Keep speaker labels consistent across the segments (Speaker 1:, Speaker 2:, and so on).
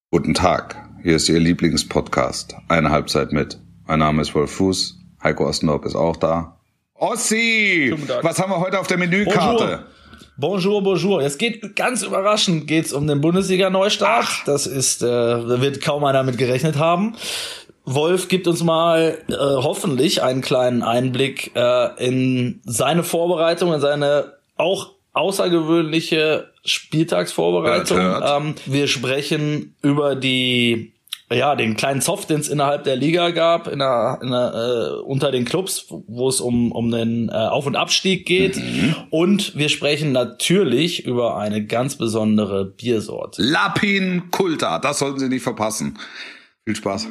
Speaker 1: Guten Tag, hier ist Ihr Lieblingspodcast, eine Halbzeit mit. Mein Name ist Wolf Fuß, Heiko Ostendorp ist auch da. Ossi, was haben wir heute auf der Menükarte?
Speaker 2: Bonjour. Es geht ganz überraschend geht's um den Bundesliga-Neustart. Das ist, da wird kaum einer mit gerechnet haben. Wolf gibt uns mal hoffentlich einen kleinen Einblick in seine Vorbereitung, in seine auch außergewöhnliche Spieltagsvorbereitung. Wir sprechen über den kleinen Zoff, den es innerhalb der Liga gab, unter den Clubs, wo es um den Auf- und Abstieg geht. Mhm. Und wir sprechen natürlich über eine ganz besondere Biersorte.
Speaker 1: Lapin Culta, das sollten Sie nicht verpassen. Viel Spaß.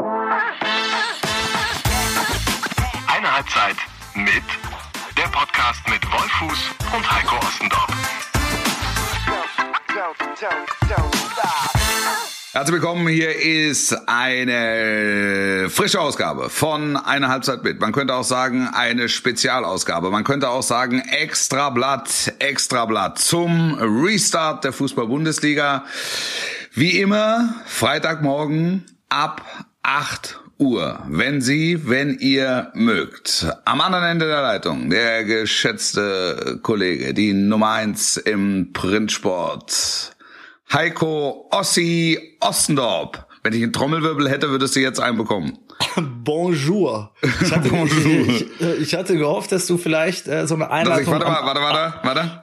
Speaker 3: Eine Halbzeit mit der Podcast mit Wolf Fuß und Heiko Ostendorp.
Speaker 1: Herzlich willkommen, hier ist eine frische Ausgabe von Eine Halbzeit mit. Man könnte auch sagen, eine Spezialausgabe. Man könnte auch sagen, Extrablatt zum Restart der Fußball-Bundesliga. Wie immer, Freitagmorgen ab 8 Uhr, wenn ihr mögt. Am anderen Ende der Leitung, der geschätzte Kollege, die Nummer 1 im Printsport, Heiko Ossi Ostendorp. Wenn ich einen Trommelwirbel hätte, würdest du jetzt einen bekommen.
Speaker 2: Bonjour. Ich hatte gehofft, dass du vielleicht so eine Einleitung...
Speaker 1: Warte.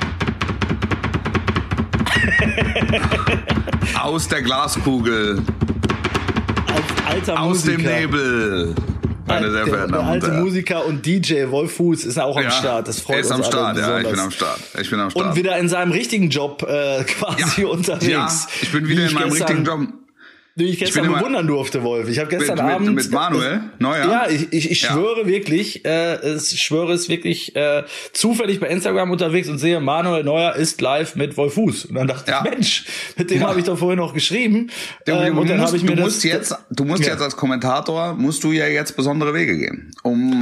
Speaker 1: Aus der Glaskugel.
Speaker 2: Als alter
Speaker 1: aus
Speaker 2: Musiker.
Speaker 1: Dem Nebel. Meine sehr verehrten
Speaker 2: der
Speaker 1: Damen und
Speaker 2: alte
Speaker 1: Herren.
Speaker 2: Musiker und DJ Wolf Fuß ist auch am Start. Das freut uns alle besonders.
Speaker 1: Ja, ich bin am Start.
Speaker 2: Und wieder in seinem richtigen Job quasi unterwegs.
Speaker 1: Ja, ich bin wieder in meinem richtigen Job.
Speaker 2: Die ich gestern bewundern durfte, Wolf. Ich habe gestern Abend
Speaker 1: mit Manuel Neuer.
Speaker 2: Ja, ich schwöre wirklich, zufällig bei Instagram unterwegs und sehe, Manuel Neuer ist live mit Wolf Fuß. Und dann dachte ich, Mensch, mit dem habe ich doch vorhin noch geschrieben. Und dann habe ich mir
Speaker 1: du musst jetzt als Kommentator musst du ja jetzt besondere Wege gehen, um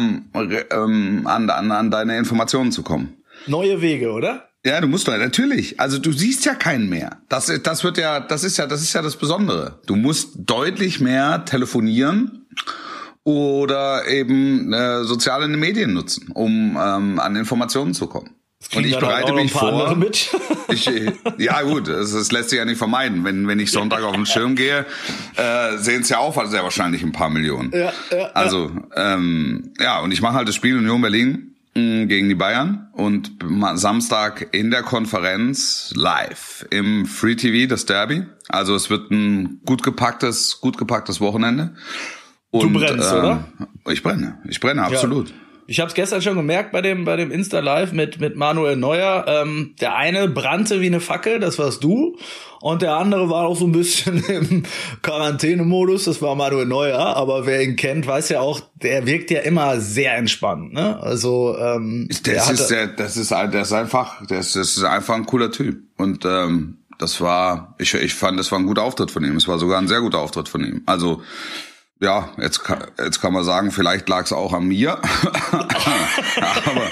Speaker 1: an deine Informationen zu kommen.
Speaker 2: Neue Wege, oder?
Speaker 1: Ja, du musst doch, natürlich. Also du siehst ja keinen mehr. Das ist ja das Besondere. Du musst deutlich mehr telefonieren oder eben soziale Medien nutzen, um an Informationen zu kommen. Und ich bereite mich vor. Ja gut, das lässt sich ja nicht vermeiden. Wenn ich Sonntag auf den Schirm gehe, sehen es ja auch sehr wahrscheinlich ein paar Millionen. Ja. Also und ich mache halt das Spiel Union Berlin gegen die Bayern und Samstag in der Konferenz live im Free TV, das Derby. Also es wird ein gut gepacktes Wochenende. Und,
Speaker 2: du brennst, oder?
Speaker 1: Ich brenne, absolut.
Speaker 2: Ja. Ich habe es gestern schon gemerkt bei dem Insta Live mit Manuel Neuer. Der eine brannte wie eine Fackel, das warst du. Und der andere war auch so ein bisschen im Quarantänemodus, das war Manuel Neuer. Aber wer ihn kennt, weiß ja auch, der wirkt ja immer sehr entspannt, ne? Also
Speaker 1: das ist einfach ein cooler Typ. Und ich fand, das war ein guter Auftritt von ihm. Es war sogar ein sehr guter Auftritt von ihm. Also ja, jetzt kann man sagen, vielleicht lag es auch an mir. Aber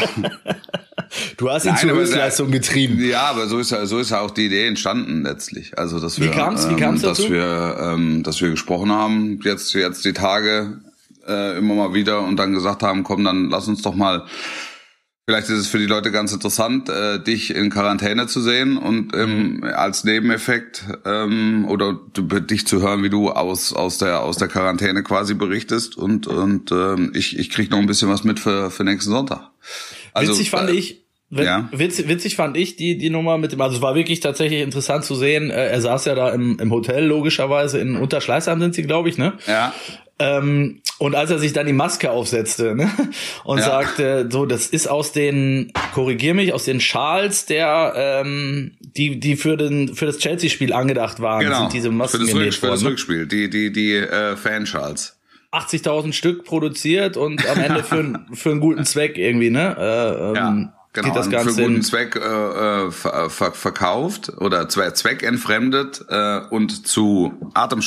Speaker 2: du hast ihn zur Höchstleistung getrieben.
Speaker 1: Ja, aber so ist ja auch die Idee entstanden letztlich. Also dass wir,
Speaker 2: Wie kam's dazu?
Speaker 1: Dass wir gesprochen haben jetzt die Tage immer mal wieder und dann gesagt haben, komm, dann lass uns doch mal. Vielleicht ist es für die Leute ganz interessant, dich in Quarantäne zu sehen und als Nebeneffekt oder dich zu hören, wie du aus der Quarantäne quasi berichtest und ich krieg noch ein bisschen was mit für nächsten Sonntag. Also, witzig
Speaker 2: fand ich die Nummer mit dem, also es war wirklich tatsächlich interessant zu sehen. Er saß ja da im Hotel logischerweise in Unterschleißheim sind sie, glaube ich, ne? Ja. Und als er sich dann die Maske aufsetzte, ne, und sagte, so, das ist aus den Schals, die für das Chelsea-Spiel angedacht waren,
Speaker 1: genau,
Speaker 2: sind diese Masken
Speaker 1: für das Rückspiel, die Fanschals.
Speaker 2: 80.000 Stück produziert und am Ende für einen guten Zweck irgendwie, ne?
Speaker 1: Genau,
Speaker 2: das Ganze
Speaker 1: für guten Zweck verkauft oder zweckentfremdet und zu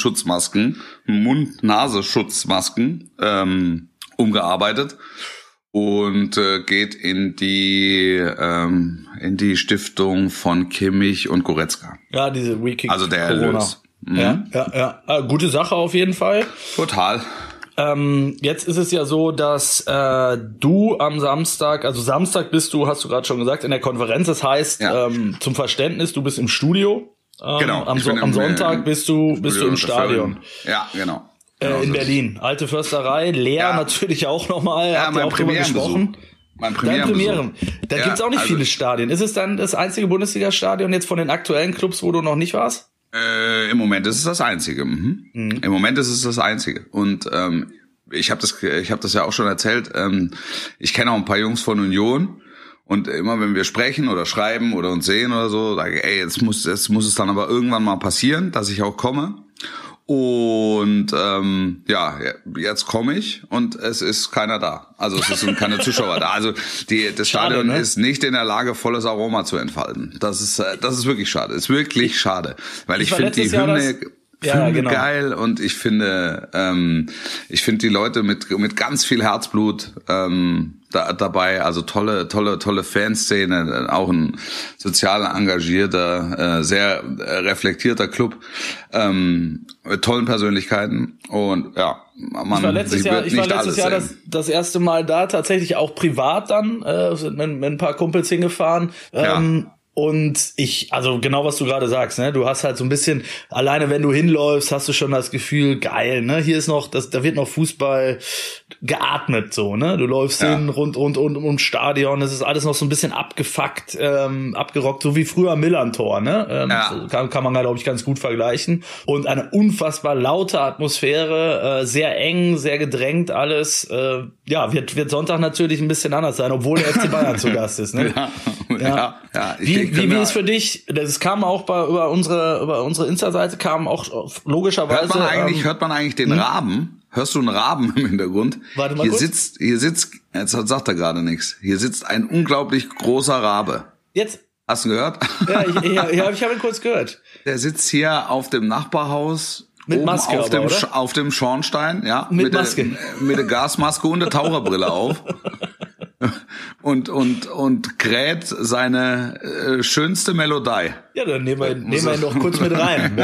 Speaker 1: Atemschutzmasken, Mund-Nasenschutzmasken umgearbeitet. und geht in die Stiftung von Kimmich und Goretzka.
Speaker 2: Ja, diese We Kick
Speaker 1: also der
Speaker 2: Corona.
Speaker 1: Erlös.
Speaker 2: Ja. Gute Sache auf jeden Fall.
Speaker 1: Total.
Speaker 2: Jetzt ist es ja so, dass du am Samstag, also Samstag bist du, hast du gerade schon gesagt, in der Konferenz. Das heißt, zum Verständnis, du bist im Studio.
Speaker 1: Genau.
Speaker 2: Am Sonntag bist du im Stadion.
Speaker 1: Ja, genau.
Speaker 2: In Berlin. Alte Försterei, leer natürlich auch nochmal.
Speaker 1: Ja,
Speaker 2: habt ihr auch drüber gesprochen?
Speaker 1: Mein Premieren.
Speaker 2: Da gibt's auch nicht viele Stadien. Ist es dann das einzige Bundesliga-Stadion jetzt von den aktuellen Clubs, wo du noch nicht warst?
Speaker 1: Im Moment ist es das einzige. Im Moment ist es das einzige. Und ich habe das ja auch schon erzählt. Ich kenne auch ein paar Jungs von Union. Und immer wenn wir sprechen oder schreiben oder uns sehen oder so, sage ich, jetzt muss es dann aber irgendwann mal passieren, dass ich auch komme. Und jetzt komme ich und es ist keiner da. Also es sind keine Zuschauer da. Also das Stadion ist nicht in der Lage, volles Aroma zu entfalten. Das ist wirklich schade. Ist wirklich schade, weil ich finde die Hymne geil und ich finde die Leute mit ganz viel Herzblut dabei, also tolle Fanszene, auch ein sozial engagierter, sehr reflektierter Club, mit tollen Persönlichkeiten und ja,
Speaker 2: ich war letztes Jahr das erste Mal da, tatsächlich auch privat dann, mit ein paar Kumpels hingefahren. Und also genau was du gerade sagst, ne? Du hast halt so ein bisschen, alleine wenn du hinläufst, hast du schon das Gefühl, geil, ne? Hier ist noch, da wird noch Fußball geatmet, so, ne? Du läufst hin rund ums Stadion, es ist alles noch so ein bisschen abgefuckt, abgerockt, so wie früher Millantor, ne? Kann man, glaube ich, ganz gut vergleichen. Und eine unfassbar laute Atmosphäre, sehr eng, sehr gedrängt alles, wird Sonntag natürlich ein bisschen anders sein, obwohl der FC Bayern zu Gast ist, ne?
Speaker 1: Ja.
Speaker 2: Wie ist für dich, das kam auch über unsere Insta-Seite, kam auch logischerweise.
Speaker 1: Hört man eigentlich den Raben? Hörst du einen Raben im Hintergrund?
Speaker 2: Warte mal
Speaker 1: hier sitzt, jetzt sagt er gerade nichts. Hier sitzt ein unglaublich großer Rabe.
Speaker 2: Jetzt?
Speaker 1: Hast du gehört?
Speaker 2: Ja, ich habe ihn kurz gehört.
Speaker 1: Der sitzt hier auf dem Nachbarhaus.
Speaker 2: Mit Maske
Speaker 1: auf dem Schornstein, ja.
Speaker 2: Mit Maske.
Speaker 1: Mit der Gasmaske und der Taucherbrille auf. Und kräht seine schönste Melodie.
Speaker 2: Ja, dann nehmen wir ihn doch kurz mit rein.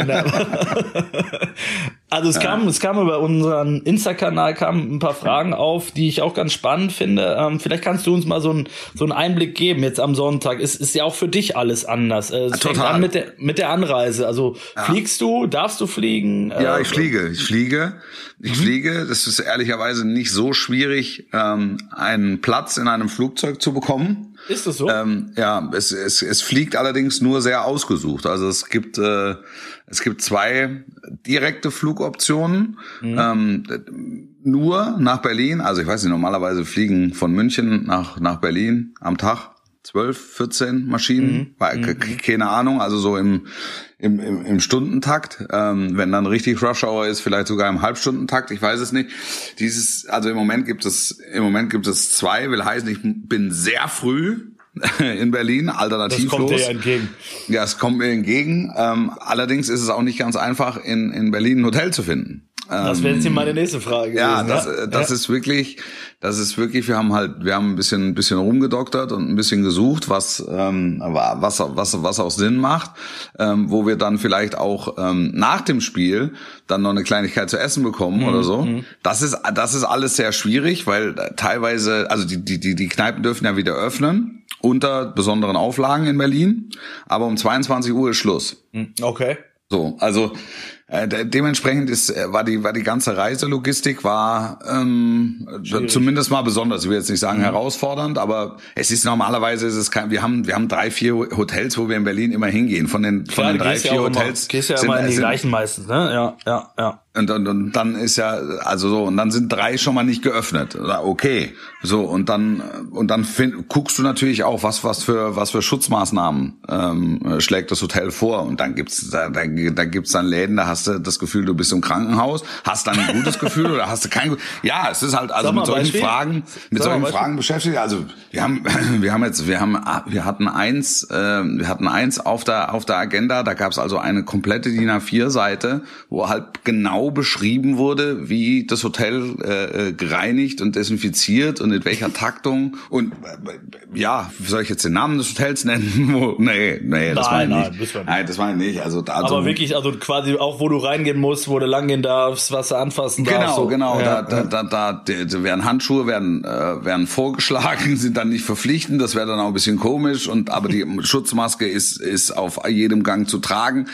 Speaker 2: Also es kam über unseren Insta-Kanal kamen ein paar Fragen auf, die ich auch ganz spannend finde. Vielleicht kannst du uns mal so einen Einblick geben jetzt am Sonntag. Ist ja auch für dich alles anders. Es fängt an mit der Anreise. Also fliegst du? Darfst du fliegen?
Speaker 1: Ja, ich fliege. Das ist ehrlicherweise nicht so schwierig, einen Platz in einem Flugzeug zu bekommen.
Speaker 2: Ist das so?
Speaker 1: Es fliegt allerdings nur sehr ausgesucht. Also es gibt 2 direkte Flugoptionen, nur nach Berlin. Also ich weiß nicht, normalerweise fliegen von München nach Berlin am Tag 12, 14 Maschinen, keine Ahnung, also so im Stundentakt, wenn dann richtig Rush Hour ist, vielleicht sogar im Halbstundentakt, ich weiß es nicht. Also im Moment gibt es 2, will heißen, ich bin sehr früh in Berlin, alternativlos. Das kommt dir entgegen. Ja, es kommt mir entgegen. Allerdings ist es auch nicht ganz einfach, in Berlin ein Hotel zu finden.
Speaker 2: Das wäre jetzt meine nächste Frage gewesen.
Speaker 1: Das ist wirklich, wir haben ein bisschen rumgedoktert und ein bisschen gesucht, was auch Sinn macht, wo wir dann vielleicht auch nach dem Spiel dann noch eine Kleinigkeit zu essen bekommen oder so. Das ist alles sehr schwierig, weil teilweise, also die Kneipen dürfen ja wieder öffnen unter besonderen Auflagen in Berlin, aber um 22 Uhr ist Schluss.
Speaker 2: Okay.
Speaker 1: So, also dementsprechend war die ganze Reiselogistik zumindest mal besonders. Ich will jetzt nicht sagen herausfordernd, aber es ist normalerweise wir haben 3, 4 Hotels, wo wir in Berlin immer hingehen. Von den 3, 4 Hotels
Speaker 2: gehst ja immer in die gleichen meistens, ne? Ja.
Speaker 1: Und dann ist ja, also so, und dann sind 3 schon mal nicht geöffnet. Okay. So, und dann guckst du natürlich auch, was für Schutzmaßnahmen schlägt das Hotel vor. Und dann gibt's dann Läden, da hast du das Gefühl, du bist im Krankenhaus, hast dann ein gutes Gefühl oder hast du kein, ja, es ist halt, also mit solchen Fragen beschäftigt. Also wir hatten eins auf der Agenda, da gab's also eine komplette DIN A4 Seite, wo halt genau genau beschrieben wurde, wie das Hotel gereinigt und desinfiziert und in welcher Taktung. Und soll ich jetzt den Namen des Hotels nennen? Nee, das war nicht. Nein, das war nicht. Also
Speaker 2: aber wirklich, also quasi auch, wo du reingehen musst, wo du langgehen darfst, was du anfassen darfst.
Speaker 1: Genau. Ja, da werden Handschuhe werden vorgeschlagen, sind dann nicht verpflichtend. Das wäre dann auch ein bisschen komisch. Aber die Schutzmaske ist auf jedem Gang zu tragen.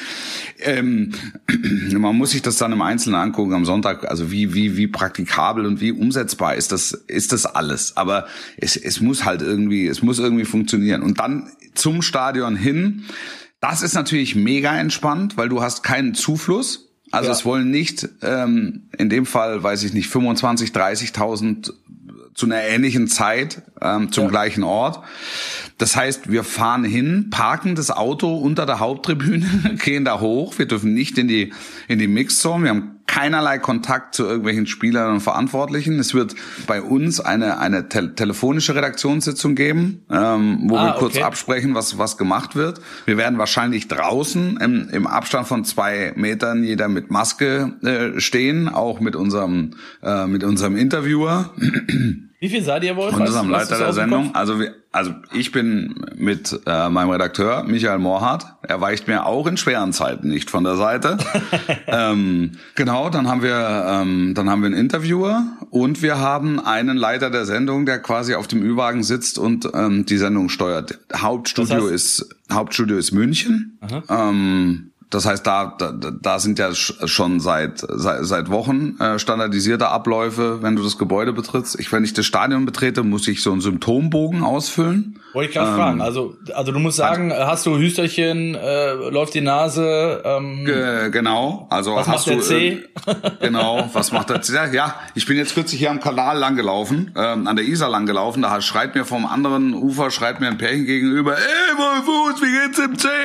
Speaker 1: Man muss sich das dann im Einzelnen angucken am Sonntag. Also wie praktikabel und wie umsetzbar ist das alles. Aber es muss irgendwie funktionieren. Und dann zum Stadion hin. Das ist natürlich mega entspannt, weil du hast keinen Zufluss. Also es wollen nicht, in dem Fall, 25.000, 30.000 zu einer ähnlichen Zeit zum gleichen Ort. Das heißt, wir fahren hin, parken das Auto unter der Haupttribüne, gehen da hoch. Wir dürfen nicht in die Mixzone. Wir haben keinerlei Kontakt zu irgendwelchen Spielern und Verantwortlichen. Es wird bei uns eine telefonische Redaktionssitzung geben, wo wir kurz absprechen, was gemacht wird. Wir werden wahrscheinlich draußen im Abstand von 2 Metern jeder mit Maske stehen, auch mit unserem Interviewer.
Speaker 2: Wie viel seid ihr wohl?
Speaker 1: Und unserem Leiter der Sendung. Also ich bin mit meinem Redakteur Michael Morhardt. Er weicht mir auch in schweren Zeiten nicht von der Seite. Genau, dann haben wir einen Interviewer und wir haben einen Leiter der Sendung, der quasi auf dem Ü-Wagen sitzt und die Sendung steuert. Hauptstudio ist München. Das heißt, da sind ja schon seit Wochen standardisierte Abläufe, wenn du das Gebäude betrittst. Wenn ich das Stadion betrete, muss ich so einen Symptombogen ausfüllen.
Speaker 2: Wollte ich gerade fragen. Also du musst sagen, hast du Hüsterchen, läuft die Nase?
Speaker 1: Genau. Also
Speaker 2: was macht der C?
Speaker 1: Genau. Was macht der C? Ja, ich bin jetzt kürzlich hier am Kanal lang gelaufen, an der Isar lang gelaufen. Da schreit mir vom anderen Ufer ein Pärchen gegenüber: Ey, Wolfuß, wie geht's im C?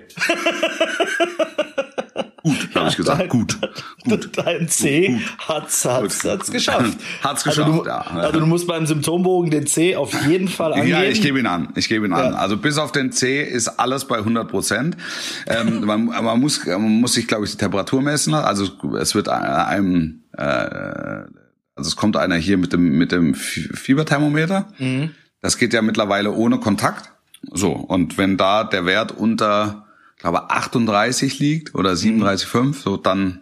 Speaker 1: Gut, habe ich gesagt. Gut.
Speaker 2: Dein C hat's geschafft.
Speaker 1: Hat's geschafft,
Speaker 2: Also du musst beim Symptombogen den C auf jeden Fall angeben.
Speaker 1: Ja, ich gebe ihn an. Also bis auf den C ist alles bei 100%. Man muss sich, glaube ich, die Temperatur messen. Also es wird es kommt einer hier mit dem Fieberthermometer. Mhm. Das geht ja mittlerweile ohne Kontakt. So, und wenn da der Wert unter, ich glaube, 38 liegt oder 37,5, so dann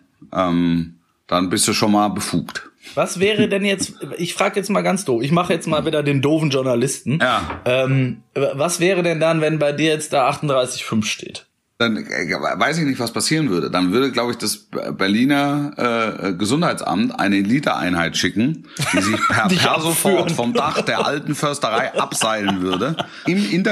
Speaker 1: bist du schon mal befugt.
Speaker 2: Was wäre denn jetzt, ich frage jetzt mal ganz doof, ich mache jetzt mal wieder den doofen Journalisten.
Speaker 1: Ja.
Speaker 2: Was wäre denn dann, wenn bei dir jetzt da 38,5 steht?
Speaker 1: Dann weiß ich nicht, was passieren würde. Dann würde, glaube ich, das Berliner Gesundheitsamt eine Eliteeinheit schicken, die sich per sofort vom Dach der alten Försterei abseilen würde. Im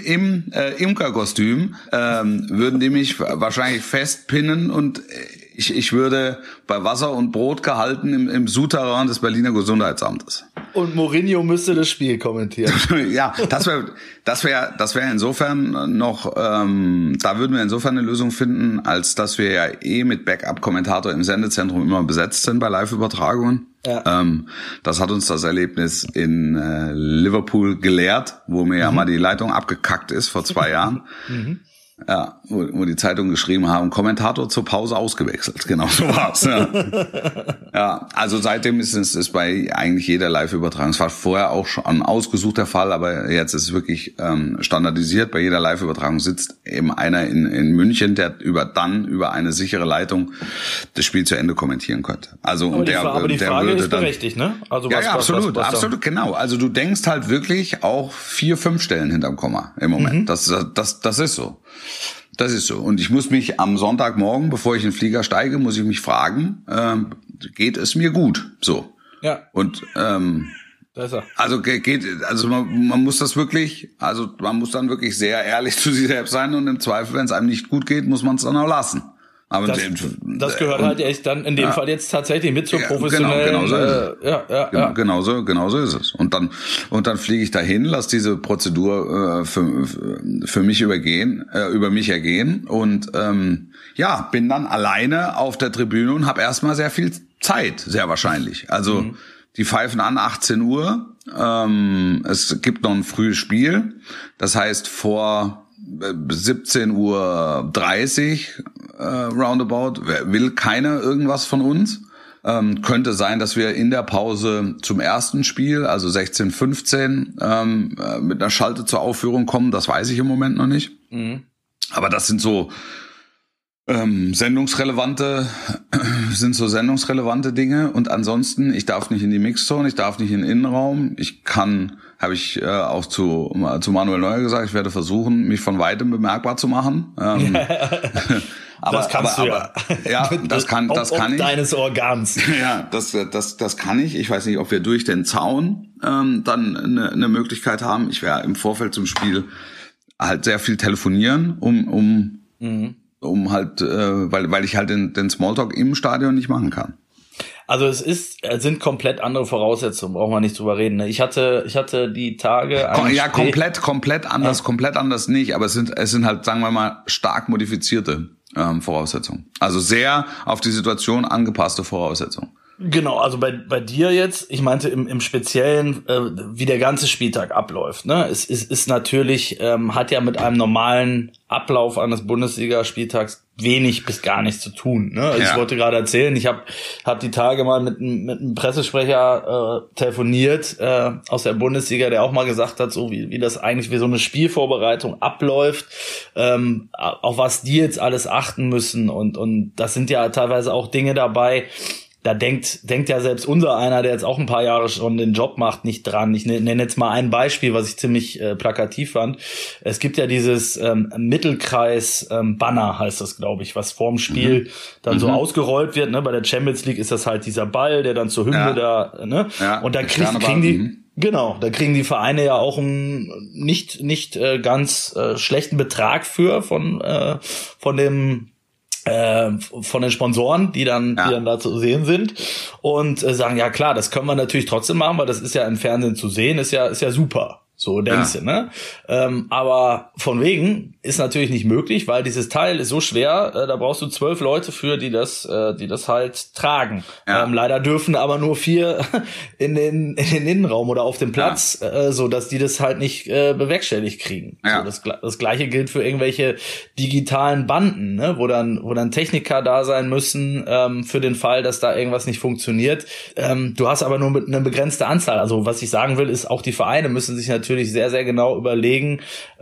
Speaker 1: Imkerkostüm würden die mich wahrscheinlich festpinnen und ich würde bei Wasser und Brot gehalten im Souterrain des Berliner Gesundheitsamtes.
Speaker 2: Und Mourinho müsste das Spiel kommentieren.
Speaker 1: Ja, das wäre insofern noch, da würden wir insofern eine Lösung finden, als dass wir ja mit Backup-Kommentator im Sendezentrum immer besetzt sind bei Live-Übertragungen. Ja. Das hat uns das Erlebnis in Liverpool gelehrt, wo mir ja mal die Leitung abgekackt ist vor 2 Jahren. Mhm. Ja, wo die Zeitungen geschrieben haben, Kommentator zur Pause ausgewechselt. Genau so war's. Ja, ja, also seitdem ist es bei eigentlich jeder Live-Übertragung. Es war vorher auch schon ein ausgesuchter Fall, aber jetzt ist es wirklich standardisiert. Bei jeder Live-Übertragung sitzt eben einer in München, der über eine sichere Leitung das Spiel zu Ende kommentieren könnte. Also
Speaker 2: aber die Frage ist berechtigt, ne? Also
Speaker 1: absolut, genau. Also du denkst halt wirklich auch 4, 5 Stellen hinterm Komma im Moment. Das ist so. Das ist so. Und ich muss mich am Sonntagmorgen, bevor ich in den Flieger steige, muss ich mich fragen, geht es mir gut? So.
Speaker 2: Ja.
Speaker 1: Und
Speaker 2: da ist er.
Speaker 1: Also man muss das wirklich, also man muss dann wirklich sehr ehrlich zu sich selbst sein und im Zweifel, wenn es einem nicht gut geht, muss man es dann auch lassen. Aber
Speaker 2: das gehört halt echt dann in dem Fall jetzt tatsächlich mit zur professionellen.
Speaker 1: Genau so ist es. Und dann fliege ich dahin, lasse diese Prozedur für mich über mich ergehen und bin dann alleine auf der Tribüne und habe erstmal sehr viel Zeit, sehr wahrscheinlich. Also die pfeifen an 18 Uhr. Es gibt noch ein frühes Spiel. Das heißt vor 17:30 Uhr roundabout, will keiner irgendwas von uns. Könnte sein, dass wir in der Pause zum ersten Spiel, also 16:15, mit einer Schalte zur Aufführung kommen. Das weiß ich im Moment noch nicht. Mhm. Aber das sind so sendungsrelevante Dinge. Und ansonsten, ich darf nicht in die Mixzone, ich darf nicht in den Innenraum. Habe ich auch zu Manuel Neuer gesagt, ich werde versuchen, mich von weitem bemerkbar zu machen.
Speaker 2: Das kannst du ja.
Speaker 1: Ja, das kann ich.
Speaker 2: Deines Organs.
Speaker 1: Ja, das kann ich. Ich weiß nicht, ob wir durch den Zaun dann eine Möglichkeit haben. Ich werde im Vorfeld zum Spiel halt sehr viel telefonieren, um halt, weil ich halt den Smalltalk im Stadion nicht machen kann.
Speaker 2: Also es sind komplett andere Voraussetzungen, brauchen wir nicht drüber reden. Ich hatte die Tage
Speaker 1: komplett anders nicht, aber es sind halt, sagen wir mal, stark modifizierte Voraussetzungen. Also sehr auf die Situation angepasste Voraussetzungen.
Speaker 2: Genau, also bei dir jetzt, ich meinte im Speziellen, wie der ganze Spieltag abläuft, ne? Es ist natürlich, hat ja mit einem normalen Ablauf eines Bundesligaspieltags wenig bis gar nichts zu tun, ne? Ja. Ich wollte gerade erzählen, ich hab die Tage mal mit einem Pressesprecher telefoniert aus der Bundesliga, der auch mal gesagt hat, so wie das eigentlich wie so eine Spielvorbereitung abläuft, auf was die jetzt alles achten müssen und das sind ja teilweise auch Dinge dabei. Da denkt ja selbst unser einer, der jetzt auch ein paar Jahre schon den Job macht, nicht dran. Ich nenne jetzt mal ein Beispiel, was ich ziemlich plakativ fand. Es gibt ja dieses Mittelkreis-Banner, heißt das, glaube ich, was vorm Spiel dann so ausgerollt wird. Ne? Bei der Champions League ist das halt dieser Ball, der dann zur Hymne da, ne? Ja, und da kriegen die, genau, da kriegen die Vereine ja auch einen nicht ganz schlechten Betrag von den Sponsoren, die dann da zu sehen sind und sagen, ja klar, das können wir natürlich trotzdem machen, weil das ist ja im Fernsehen zu sehen, ist ja super. So denkst du, ne? Aber von wegen ist natürlich nicht möglich, weil dieses Teil ist so schwer, da brauchst du 12 Leute für, die das halt tragen. Ja. Leider dürfen aber nur 4 in den Innenraum oder auf dem Platz, so dass die das halt nicht bewerkstelligt kriegen. Ja. So, das Gleiche gilt für irgendwelche digitalen Banden, ne? Wo dann Techniker da sein müssen für den Fall, dass da irgendwas nicht funktioniert. Du hast aber nur eine begrenzte Anzahl. Also was ich sagen will, ist, auch die Vereine müssen sich natürlich sehr, sehr genau überlegen,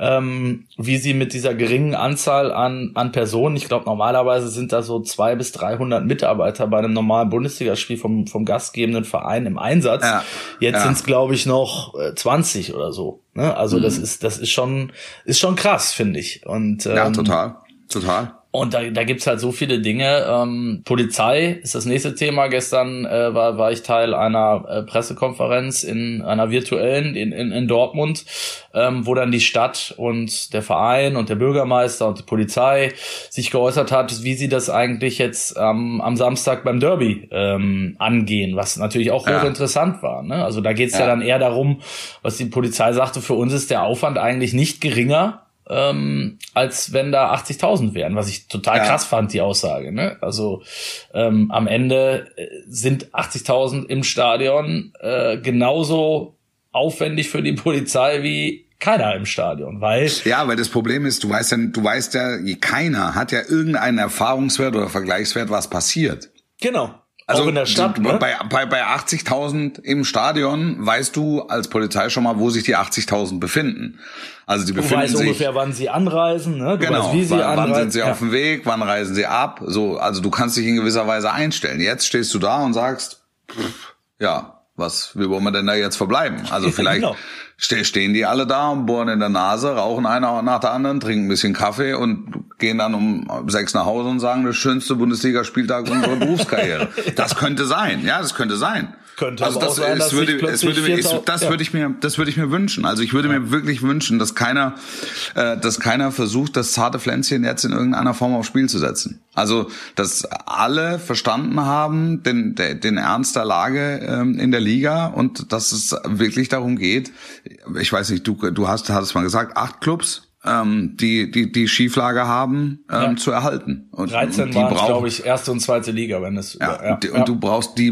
Speaker 2: wie sie mit dieser geringen Anzahl an Personen, ich glaube normalerweise sind da so 200 bis 300 Mitarbeiter bei einem normalen Bundesligaspiel vom gastgebenden Verein im Einsatz. Ja. Jetzt sind es, glaube ich, noch 20 oder so. Ne? Also das ist schon krass, finde ich. Und
Speaker 1: total.
Speaker 2: Und da gibt's halt so viele Dinge. Polizei ist das nächste Thema. Gestern war ich Teil einer Pressekonferenz in einer virtuellen in Dortmund, wo dann die Stadt und der Verein und der Bürgermeister und die Polizei sich geäußert hat, wie sie das eigentlich jetzt am Samstag beim Derby angehen, was natürlich auch hochinteressant war. Ne? Also da geht's ja dann eher darum, was die Polizei sagte, für uns ist der Aufwand eigentlich nicht geringer, als wenn da 80.000 wären, was ich total krass fand, die Aussage, ne? Also am Ende sind 80.000 im Stadion genauso aufwendig für die Polizei wie keiner im Stadion, weil
Speaker 1: das Problem ist, du weißt ja, keiner hat ja irgendeinen Erfahrungswert oder Vergleichswert, was passiert.
Speaker 2: Genau.
Speaker 1: Also
Speaker 2: auch in der Stadt, ne?
Speaker 1: Bei 80.000 im Stadion weißt du als Polizei schon mal, wo sich die 80.000 befinden. Also die befinden sich. Du weißt ungefähr,
Speaker 2: wann sie anreisen, ne? Du
Speaker 1: genau.
Speaker 2: Weißt, wie sie anreisen.
Speaker 1: Wann sind sie auf dem Weg? Wann reisen sie ab? So, also du kannst dich in gewisser Weise einstellen. Jetzt stehst du da und sagst, wie wollen wir denn da jetzt verbleiben? Also vielleicht stehen die alle da und bohren in der Nase, rauchen einer nach der anderen, trinken ein bisschen Kaffee und gehen dann um 6 nach Hause und sagen, das schönste Bundesligaspieltag unserer Berufskarriere. Das könnte sein. Ja, das könnte sein.
Speaker 2: Könnte also aber auch sein, das würde
Speaker 1: ich mir wünschen. Also ich würde mir wirklich wünschen, dass keiner versucht, das zarte Pflänzchen jetzt in irgendeiner Form aufs Spiel zu setzen. Also dass alle verstanden haben den Ernst der Lage in der Liga und dass es wirklich darum geht. Ich weiß nicht, du hast mal gesagt, 8 Clubs, die Schieflage haben, zu erhalten. Und
Speaker 2: 13 waren, glaube ich, erste und zweite Liga, wenn es.
Speaker 1: Und du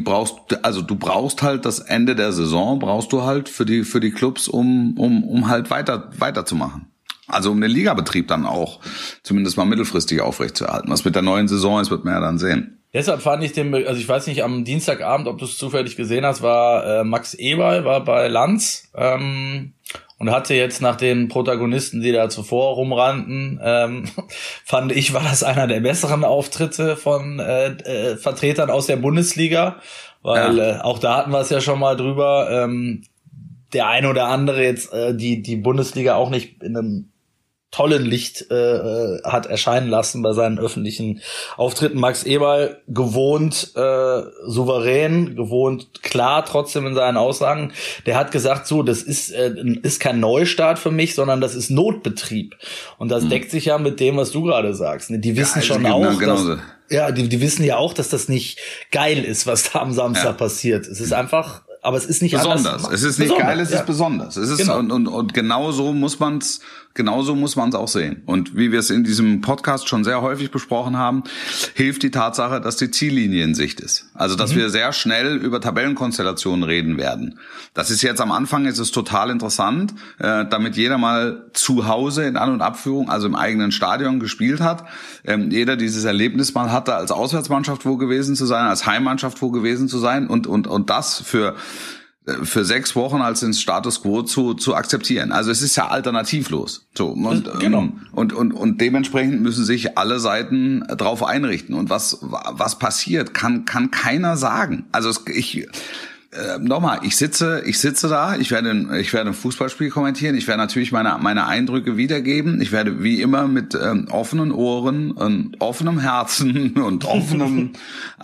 Speaker 1: brauchst halt das Ende der Saison, brauchst du halt für die Clubs, um halt weiterzumachen. Also um den Ligabetrieb dann auch zumindest mal mittelfristig aufrechtzuerhalten. Was mit der neuen Saison ist, wird man ja dann sehen.
Speaker 2: Deshalb fand ich also ich weiß nicht, am Dienstagabend, ob du es zufällig gesehen hast, war Max Eberl, war bei Lanz und hatte jetzt nach den Protagonisten, die da zuvor rumrannten, fand ich, war das einer der besseren Auftritte von Vertretern aus der Bundesliga, weil auch da hatten wir es ja schon mal drüber, der eine oder andere jetzt die Bundesliga auch nicht in einem tollen Licht hat erscheinen lassen bei seinen öffentlichen Auftritten. Max Eberl gewohnt souverän, gewohnt klar trotzdem in seinen Aussagen. Der hat gesagt, so, das ist kein Neustart für mich, sondern das ist Notbetrieb. Und das deckt sich ja mit dem, was du gerade sagst. Die wissen schon auch, die wissen ja auch, dass das nicht geil ist, was da am Samstag passiert. Es ist einfach, aber es ist nicht
Speaker 1: besonders.
Speaker 2: Anders.
Speaker 1: Es ist nicht geil, es ist besonders. Es ist genau. Und genauso muss man's auch sehen. Und wie wir es in diesem Podcast schon sehr häufig besprochen haben, hilft die Tatsache, dass die Ziellinie in Sicht ist. Also, dass wir sehr schnell über Tabellenkonstellationen reden werden. Das ist jetzt am Anfang, ist es total interessant, damit jeder mal zu Hause in An- und Abführung, also im eigenen Stadion gespielt hat. Jeder dieses Erlebnis mal hatte, als Auswärtsmannschaft wo gewesen zu sein, als Heimmannschaft wo gewesen zu sein und das für 6 Wochen als den Status Quo zu akzeptieren. Also es ist ja alternativlos. So und
Speaker 2: genau.
Speaker 1: Und dementsprechend müssen sich alle Seiten drauf einrichten. Und was passiert, kann keiner sagen. Also nochmal, ich sitze da, ich werde ein Fußballspiel kommentieren, ich werde natürlich meine Eindrücke wiedergeben, ich werde wie immer mit offenen Ohren und offenem Herzen und offenem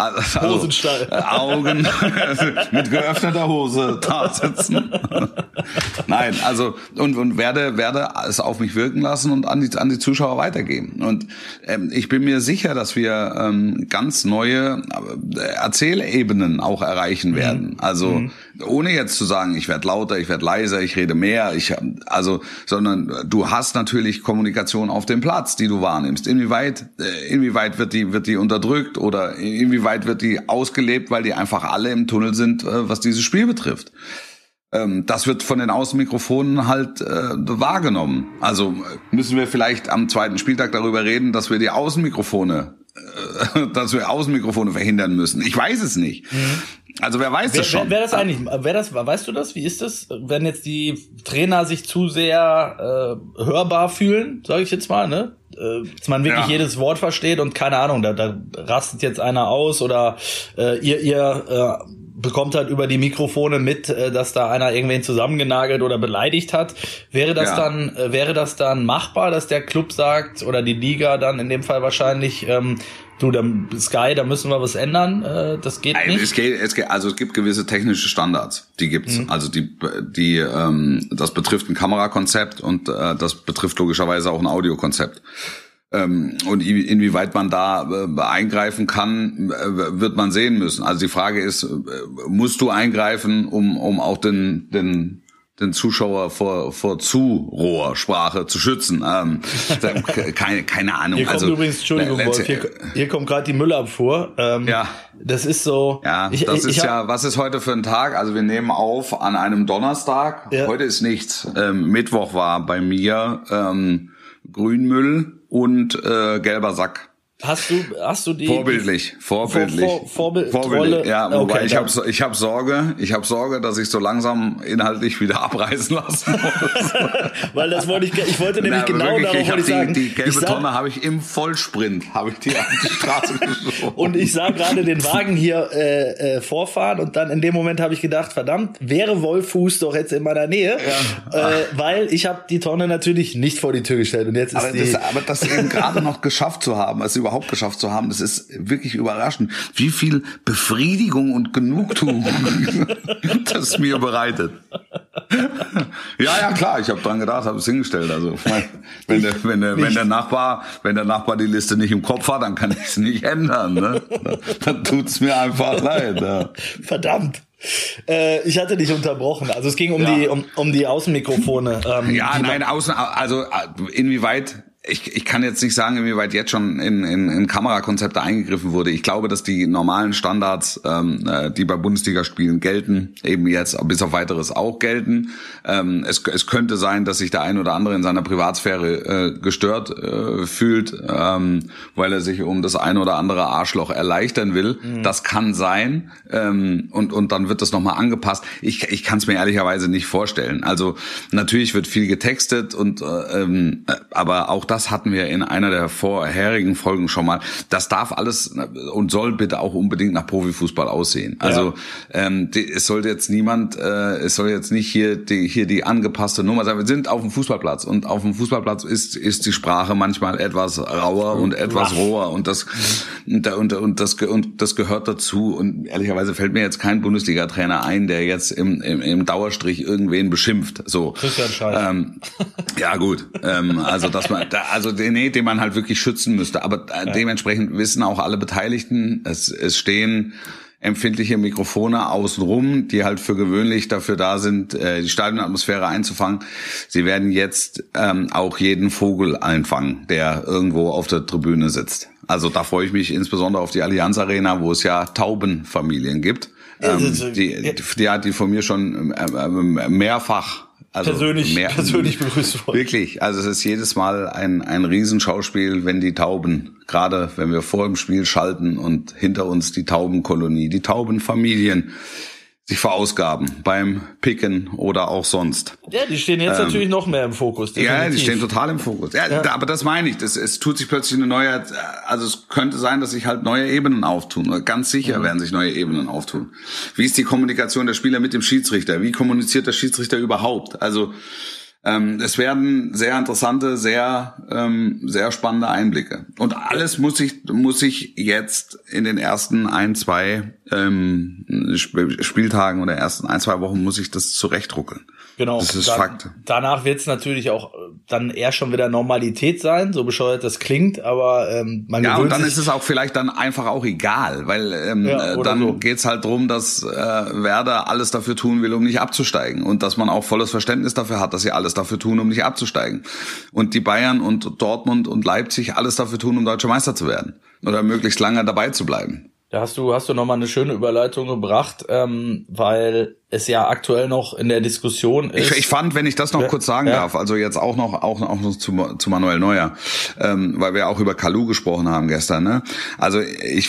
Speaker 1: Augen mit geöffneter Hose da sitzen. Nein, also und werde es auf mich wirken lassen und an die Zuschauer weitergeben. Und ich bin mir sicher, dass wir ganz neue Erzählebenen auch erreichen werden. Also ohne jetzt zu sagen, ich werde lauter, ich werde leiser, ich rede mehr, sondern du hast natürlich Kommunikation auf dem Platz, die du wahrnimmst. Inwieweit wird die unterdrückt oder inwieweit wird die ausgelebt, weil die einfach alle im Tunnel sind, was dieses Spiel betrifft. Das wird von den Außenmikrofonen halt wahrgenommen. Also müssen wir vielleicht am 2. Spieltag darüber reden, dass wir Außenmikrofone verhindern müssen. Ich weiß es nicht. Also wer weiß das schon?
Speaker 2: Weißt du das? Wie ist das, wenn jetzt die Trainer sich zu sehr hörbar fühlen, sage ich jetzt mal, ne? Dass man wirklich jedes Wort versteht und keine Ahnung, da rastet jetzt einer aus oder ihr bekommt halt über die Mikrofone mit, dass da einer irgendwen zusammengenagelt oder beleidigt hat. Wäre das dann machbar, dass der Club sagt oder die Liga dann in dem Fall wahrscheinlich Sky, da müssen wir was ändern, das geht nicht? Es
Speaker 1: gibt gewisse technische Standards, die gibt's. Also das betrifft ein Kamerakonzept und das betrifft logischerweise auch ein Audiokonzept. Und inwieweit man da eingreifen kann, wird man sehen müssen. Also die Frage ist, musst du eingreifen, um auch den Zuschauer vor Zurohrsprache zu schützen? Keine Ahnung.
Speaker 2: Hier kommt übrigens, Entschuldigung, Wolf, hier kommt gerade die Müllabfuhr. Das ist so.
Speaker 1: Ja, was ist heute für ein Tag? Also wir nehmen auf an einem Donnerstag. Ja. Heute ist nichts. Mittwoch war bei mir Grünmüll und gelber Sack.
Speaker 2: Hast du die
Speaker 1: vorbildlich. Ja, wobei ich habe Sorge, dass ich so langsam inhaltlich wieder abreißen lassen muss.
Speaker 2: Weil das wollte ich wollte nämlich sagen.
Speaker 1: Die gelbe Tonne habe ich im Vollsprint auf die Straße geschoben.
Speaker 2: Und ich sah gerade den Wagen hier vorfahren und dann in dem Moment habe ich gedacht, verdammt, wäre Wolfuß doch jetzt in meiner Nähe, weil ich habe die Tonne natürlich nicht vor die Tür gestellt und jetzt
Speaker 1: aber das eben gerade noch geschafft zu haben, überhaupt geschafft zu haben, das ist wirklich überraschend, wie viel Befriedigung und Genugtuung das mir bereitet. Ja, klar, ich habe dran gedacht, habe es hingestellt. Also wenn der Nachbar die Liste nicht im Kopf hat, dann kann ich es nicht ändern. Ne? Dann tut's mir einfach leid. Ja.
Speaker 2: Verdammt. Ich hatte dich unterbrochen. Also es ging um die Außenmikrofone.
Speaker 1: Also inwieweit Ich kann jetzt nicht sagen, inwieweit jetzt schon in Kamerakonzepte eingegriffen wurde. Ich glaube, dass die normalen Standards, die bei Bundesligaspielen gelten, eben jetzt bis auf Weiteres auch gelten. Es könnte sein, dass sich der ein oder andere in seiner Privatsphäre gestört fühlt, weil er sich um das ein oder andere Arschloch erleichtern will. Mhm. Das kann sein. Und dann wird das nochmal angepasst. Ich kann es mir ehrlicherweise nicht vorstellen. Also natürlich wird viel getextet aber auch das hatten wir in einer der vorherigen Folgen schon mal. Das darf alles und soll bitte auch unbedingt nach Profifußball aussehen. Also es soll jetzt nicht hier die angepasste Nummer sein. Wir sind auf dem Fußballplatz und auf dem Fußballplatz ist die Sprache manchmal etwas rauer und etwas roher und das gehört dazu. Und ehrlicherweise fällt mir jetzt kein Bundesliga-Trainer ein, der jetzt im Dauerstrich irgendwen beschimpft. So.
Speaker 2: Christian Scheich.
Speaker 1: Ja gut. Den man halt wirklich schützen müsste. Aber dementsprechend wissen auch alle Beteiligten, es stehen empfindliche Mikrofone außenrum, die halt für gewöhnlich dafür da sind, die Stadionatmosphäre einzufangen. Sie werden jetzt auch jeden Vogel einfangen, der irgendwo auf der Tribüne sitzt. Also da freue ich mich insbesondere auf die Allianz Arena, wo es ja Taubenfamilien gibt, die von mir schon mehrfach persönlich
Speaker 2: begrüßt worden.
Speaker 1: Wirklich, also es ist jedes Mal ein Riesenschauspiel, wenn die Tauben, gerade wenn wir vor dem Spiel schalten und hinter uns die Taubenkolonie, die Taubenfamilien sich verausgaben beim Picken oder auch sonst.
Speaker 2: Ja, die stehen jetzt natürlich noch mehr im Fokus.
Speaker 1: Definitiv. Ja, die stehen total im Fokus. Ja. Aber das meine ich. Es tut sich plötzlich eine neue, also es könnte sein, dass sich halt neue Ebenen auftun. Ganz sicher werden sich neue Ebenen auftun. Wie ist die Kommunikation der Spieler mit dem Schiedsrichter? Wie kommuniziert der Schiedsrichter überhaupt? Also es werden sehr interessante, sehr spannende Einblicke. Und alles muss ich jetzt in den ersten 1-2 Spieltagen oder ersten 1-2 Wochen muss ich das zurechtruckeln.
Speaker 2: Genau.
Speaker 1: Das ist Fakt.
Speaker 2: Danach wird es natürlich auch dann eher schon wieder Normalität sein, so bescheuert das klingt, aber man gewöhnt sich. Ja,
Speaker 1: und dann ist es auch vielleicht dann einfach auch egal, weil dann so geht's halt drum, dass Werder alles dafür tun will, um nicht abzusteigen und dass man auch volles Verständnis dafür hat, dass sie alles dafür tun, um nicht abzusteigen. Und die Bayern und Dortmund und Leipzig alles dafür tun, um Deutscher Meister zu werden oder möglichst lange dabei zu bleiben.
Speaker 2: Da hast du nochmal eine schöne Überleitung gebracht, weil es ja aktuell noch in der Diskussion ist.
Speaker 1: Ich fand, wenn ich das noch kurz sagen darf, also jetzt auch noch zu Manuel Neuer, weil wir auch über Kalou gesprochen haben gestern, ne? Also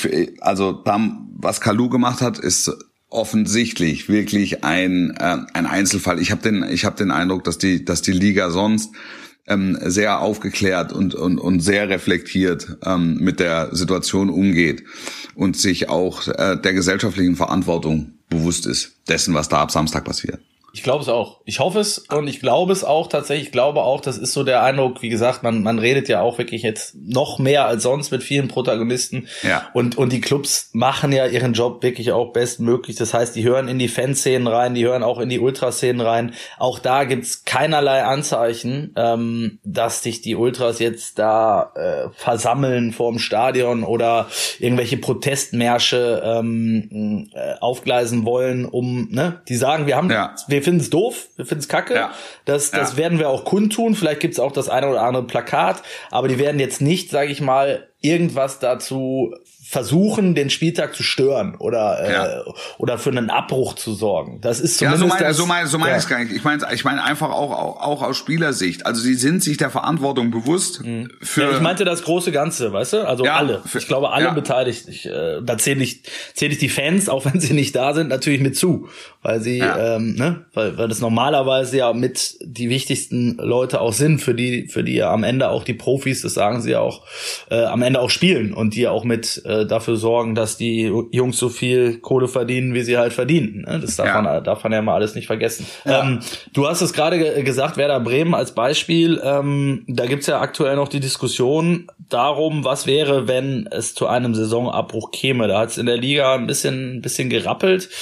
Speaker 1: was Kalou gemacht hat, ist offensichtlich wirklich ein Einzelfall. Ich habe den Eindruck, dass die Liga sonst sehr aufgeklärt und sehr reflektiert mit der Situation umgeht und sich auch der gesellschaftlichen Verantwortung bewusst ist, dessen, was da ab Samstag passiert.
Speaker 2: Ich glaube es auch. Ich hoffe es und ich glaube es auch tatsächlich. Ich glaube auch, das ist so der Eindruck, wie gesagt, man redet ja auch wirklich jetzt noch mehr als sonst mit vielen Protagonisten.
Speaker 1: Ja.
Speaker 2: Und die Clubs machen ja ihren Job wirklich auch bestmöglich. Das heißt, die hören in die Fanszenen rein, die hören auch in die Ultraszenen rein. Auch da gibt's keinerlei Anzeichen, dass sich die Ultras jetzt da versammeln vorm Stadion oder irgendwelche Protestmärsche aufgleisen wollen, die sagen, wir finden es doof, wir finden es kacke, das werden wir auch kundtun, vielleicht gibt es auch das eine oder andere Plakat, aber die werden jetzt nicht, sage ich mal, irgendwas dazu versuchen, den Spieltag zu stören oder für einen Abbruch zu sorgen. Das ist zumindest
Speaker 1: so meine ich es gar nicht. Ich meine einfach auch aus Spielersicht. Also sie sind sich der Verantwortung bewusst.
Speaker 2: Ich meinte das große Ganze, weißt du? Also alle. Ich glaube, alle beteiligt. Da zähle ich die Fans, auch wenn sie nicht da sind, natürlich mit zu, weil sie, weil das normalerweise ja mit die wichtigsten Leute auch sind, für die ja am Ende auch die Profis, das sagen sie ja auch, am Ende auch spielen und die ja auch mit dafür sorgen, dass die Jungs so viel Kohle verdienen, wie sie halt verdienen. Das darf man ja mal alles nicht vergessen. Ja. Du hast es gerade gesagt, Werder Bremen als Beispiel. Da gibt's ja aktuell noch die Diskussion darum, was wäre, wenn es zu einem Saisonabbruch käme. Da hat's in der Liga ein bisschen gerappelt.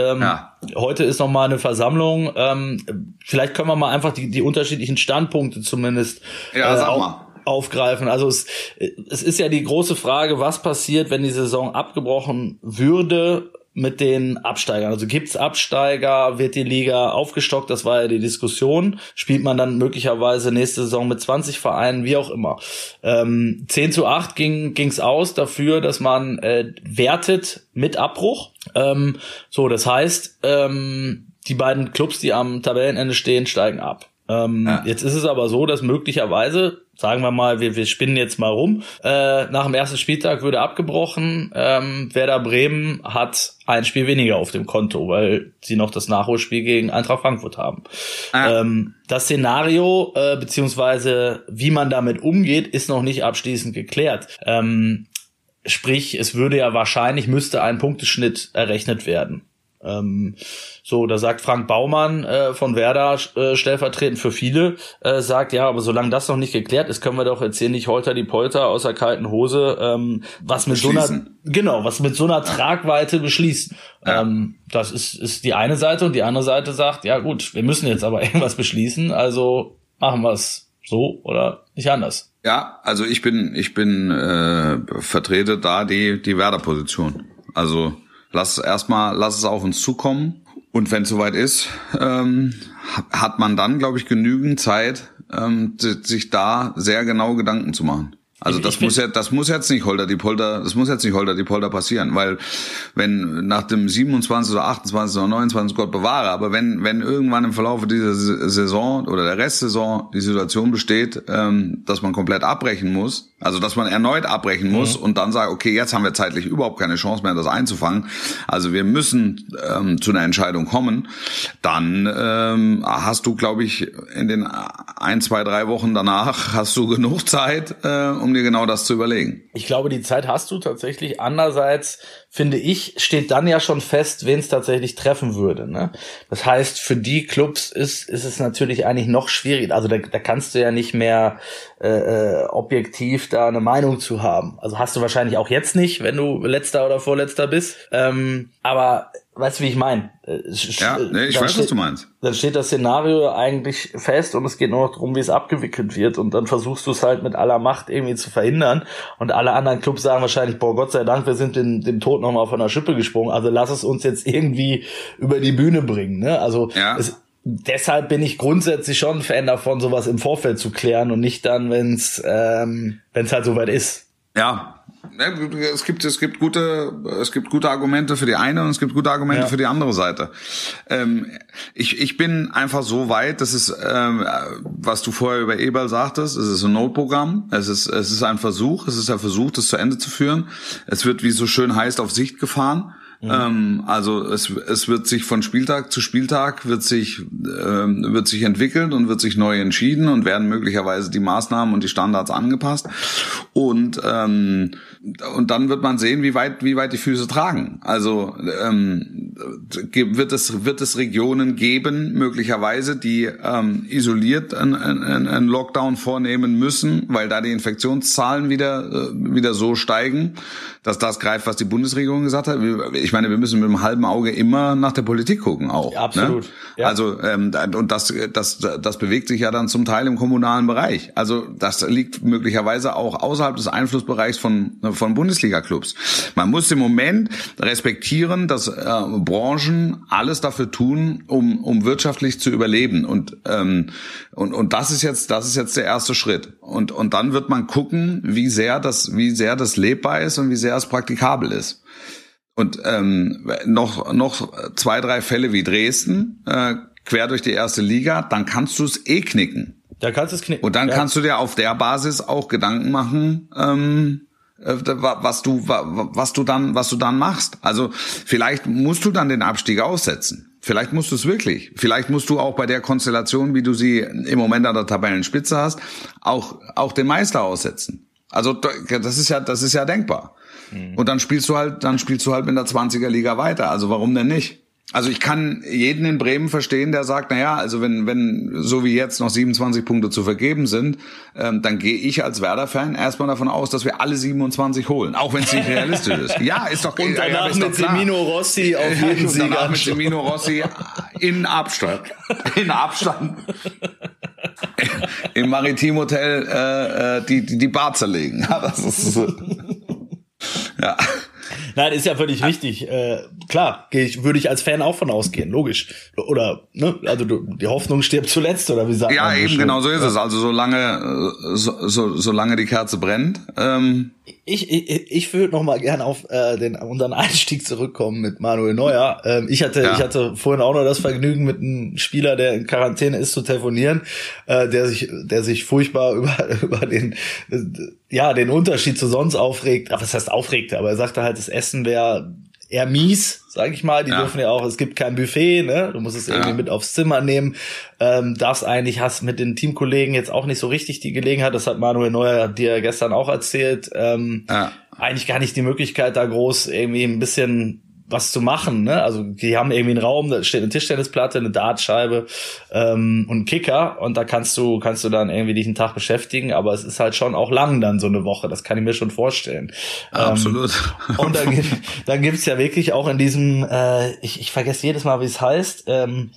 Speaker 2: Heute ist noch mal eine Versammlung. Vielleicht können wir mal einfach die unterschiedlichen Standpunkte zumindest aufgreifen. Also es ist ja die große Frage, was passiert, wenn die Saison abgebrochen würde, mit den Absteigern? Also gibt's Absteiger, wird die Liga aufgestockt? Das war ja die Diskussion. Spielt man dann möglicherweise nächste Saison mit 20 Vereinen, wie auch immer. 10:8 ging's aus dafür, dass man wertet mit Abbruch. So, das heißt, die beiden Clubs, die am Tabellenende stehen, steigen ab. Jetzt ist es aber so, dass möglicherweise, sagen wir mal, wir spinnen jetzt mal rum, nach dem ersten Spieltag würde abgebrochen, Werder Bremen hat ein Spiel weniger auf dem Konto, weil sie noch das Nachholspiel gegen Eintracht Frankfurt haben. Das Szenario, beziehungsweise wie man damit umgeht, ist noch nicht abschließend geklärt. Sprich, es würde ja wahrscheinlich, müsste ein Punkteschnitt errechnet werden. So, da sagt Frank Baumann von Werder, stellvertretend für viele, sagt, ja, aber solange das noch nicht geklärt ist, können wir doch jetzt hier nicht holter die Polter aus der kalten Hose was mit so einer Tragweite beschließen. Ja. Das ist die eine Seite, und die andere Seite sagt, ja gut, wir müssen jetzt aber irgendwas beschließen, also machen wir es so oder nicht anders.
Speaker 1: Ja, also ich vertrete da die Werder-Position. Also lass es auf uns zukommen, und wenn es soweit ist, hat man dann, glaube ich, genügend Zeit, sich da sehr genau Gedanken zu machen. Also das muss jetzt nicht holter die Polter passieren, weil wenn nach dem 27. oder 28. oder 29. Gott bewahre, aber wenn irgendwann im Verlauf dieser Saison oder der Restsaison die Situation besteht, dass man komplett abbrechen muss, also dass man erneut abbrechen muss und dann sagt, okay, jetzt haben wir zeitlich überhaupt keine Chance mehr, das einzufangen, also wir müssen zu einer Entscheidung kommen, dann hast du, glaube ich, in den 1, 2, 3 Wochen danach hast du genug Zeit, um dir genau das zu überlegen.
Speaker 2: Ich glaube, die Zeit hast du tatsächlich. Andererseits, finde ich, steht dann ja schon fest, wen es tatsächlich treffen würde, ne? Das heißt, für die Clubs ist es natürlich eigentlich noch schwierig. Also da kannst du ja nicht mehr objektiv da eine Meinung zu haben. Also hast du wahrscheinlich auch jetzt nicht, wenn du Letzter oder Vorletzter bist. Aber weißt du, wie ich meine?
Speaker 1: Ja, ich weiß, was du meinst.
Speaker 2: Dann steht das Szenario eigentlich fest und es geht nur noch darum, wie es abgewickelt wird, und dann versuchst du es halt mit aller Macht irgendwie zu verhindern, und alle anderen Clubs sagen wahrscheinlich, boah, Gott sei Dank, wir sind dem Tod nochmal von der Schippe gesprungen, also lass es uns jetzt irgendwie über die Bühne bringen, ne? Also deshalb bin ich grundsätzlich schon ein Fan davon, sowas im Vorfeld zu klären und nicht dann, wenn's halt soweit ist.
Speaker 1: Ja. Es gibt gute Argumente für die eine und es gibt gute Argumente für die andere Seite. Ich bin einfach so weit, das ist, was du vorher über Eberl sagtest, es ist ein Notprogramm, es ist ein Versuch, das zu Ende zu führen. Es wird, wie es so schön heißt, auf Sicht gefahren. Also es wird sich von Spieltag zu Spieltag wird sich entwickelt und wird sich neu entschieden und werden möglicherweise die Maßnahmen und die Standards angepasst, und dann wird man sehen, wie weit die Füße tragen. Also wird es Regionen geben, möglicherweise, die isoliert einen Lockdown vornehmen müssen, weil da die Infektionszahlen wieder so steigen, dass das greift, was die Bundesregierung gesagt hat. Ich meine, wir müssen mit einem halben Auge immer nach der Politik gucken auch. Ja, absolut. Ne? Ja. Also und das bewegt sich ja dann zum Teil im kommunalen Bereich. Also das liegt möglicherweise auch außerhalb des Einflussbereichs von Bundesliga-Clubs. Man muss im Moment respektieren, dass Branchen alles dafür tun, um wirtschaftlich zu überleben. Und das ist jetzt der erste Schritt. Und dann wird man gucken, wie sehr das lebbar ist und wie sehr es praktikabel ist. Und noch 2, 3 Fälle wie Dresden, quer durch die erste Liga, dann kannst du es knicken.
Speaker 2: Da kannst du es knicken.
Speaker 1: Und dann kannst du dir auf der Basis auch Gedanken machen, was du dann machst. Also vielleicht musst du dann den Abstieg aussetzen. Vielleicht musst du es wirklich. Vielleicht musst du auch bei der Konstellation, wie du sie im Moment an der Tabellenspitze hast, auch den Meister aussetzen. Also das ist ja denkbar. Und dann spielst du halt mit der 20er Liga weiter. Also warum denn nicht? Also ich kann jeden in Bremen verstehen, der sagt, naja, also wenn so wie jetzt noch 27 Punkte zu vergeben sind, dann gehe ich als Werder-Fan erstmal davon aus, dass wir alle 27 holen, auch wenn es nicht realistisch ist. Ja, ist doch.
Speaker 2: Und danach mit Semino Rossi auf jeden Sieg.
Speaker 1: Danach mit Semino Rossi in Abstand. Im Maritim-Hotel die Bar zerlegen. Ja, das ist so. Ja.
Speaker 2: Nein, ist ja völlig richtig. Klar, würde ich als Fan auch von ausgehen, logisch. Oder, ne, also die Hoffnung stirbt zuletzt, oder wie sagt man?
Speaker 1: Ja, eben, genau so ist es. Also solange die Kerze brennt.
Speaker 2: Ich würde noch mal gerne auf unseren Einstieg zurückkommen mit Manuel Neuer. Ich hatte vorhin auch noch das Vergnügen, mit einem Spieler, der in Quarantäne ist, zu telefonieren, der sich furchtbar über den Unterschied zu sonst aufregt. Ach, was heißt aufregte? Aber er sagte halt, das Essen wäre eher mies, sag ich mal. Die dürfen ja auch, es gibt kein Buffet, ne? Du musst es irgendwie mit aufs Zimmer nehmen. Hast mit den Teamkollegen jetzt auch nicht so richtig die Gelegenheit, das hat Manuel Neuer dir gestern auch erzählt, eigentlich gar nicht die Möglichkeit, da groß irgendwie ein bisschen was zu machen, ne? Also die haben irgendwie einen Raum, da steht eine Tischtennisplatte, eine Dartscheibe und ein Kicker, und da kannst du dann irgendwie dich einen Tag beschäftigen, aber es ist halt schon auch lang dann so eine Woche, das kann ich mir schon vorstellen.
Speaker 1: Absolut.
Speaker 2: Und dann gibt's ja wirklich auch in diesem, ich vergesse jedes Mal, wie es heißt,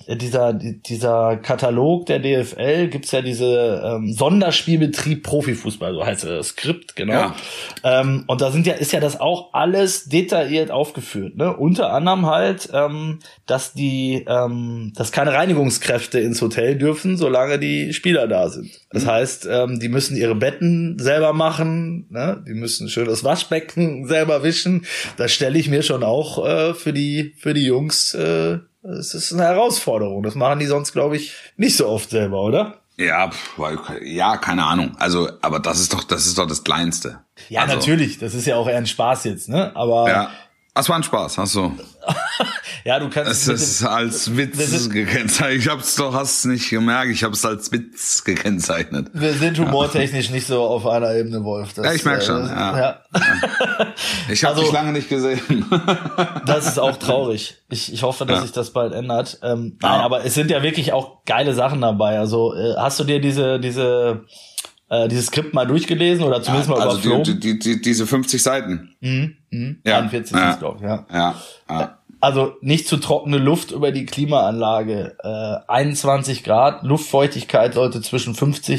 Speaker 2: dieser Katalog der DFL, gibt's ja diese Sonderspielbetrieb Profifußball, so heißt das Skript, genau. Ja. Und da ist ja das auch alles detailliert aufgeführt, ne? Unter anderem halt, dass keine Reinigungskräfte ins Hotel dürfen, solange die Spieler da sind. Das heißt, die müssen ihre Betten selber machen, ne? Die müssen schön das Waschbecken selber wischen. Das stelle ich mir schon auch für die Jungs, es ist eine Herausforderung. Das machen die sonst, glaube ich, nicht so oft selber, oder?
Speaker 1: Ja, keine Ahnung. Also, aber das ist doch das Kleinste.
Speaker 2: Ja, also, natürlich. Das ist ja auch eher ein Spaß jetzt, ne? Aber
Speaker 1: ja. Das war ein Spaß, hast du.
Speaker 2: Ja, du kannst
Speaker 1: es ist als Witz gekennzeichnet. Hast es nicht gemerkt, ich habe es als Witz gekennzeichnet.
Speaker 2: Wir sind humortechnisch nicht so auf einer Ebene, Wolf.
Speaker 1: Ja, ich merke schon. Ja. Ich habe dich lange nicht gesehen.
Speaker 2: Das ist auch traurig. Ich hoffe, dass sich das bald ändert. Nein, aber es sind ja wirklich auch geile Sachen dabei. Also hast du dir dieses Skript mal durchgelesen oder zumindest mal überflogen?
Speaker 1: Diese 50 Seiten.
Speaker 2: 41 ist, glaube ich, ja. Also nicht zu trockene Luft über die Klimaanlage. 21 Grad, Luftfeuchtigkeit sollte zwischen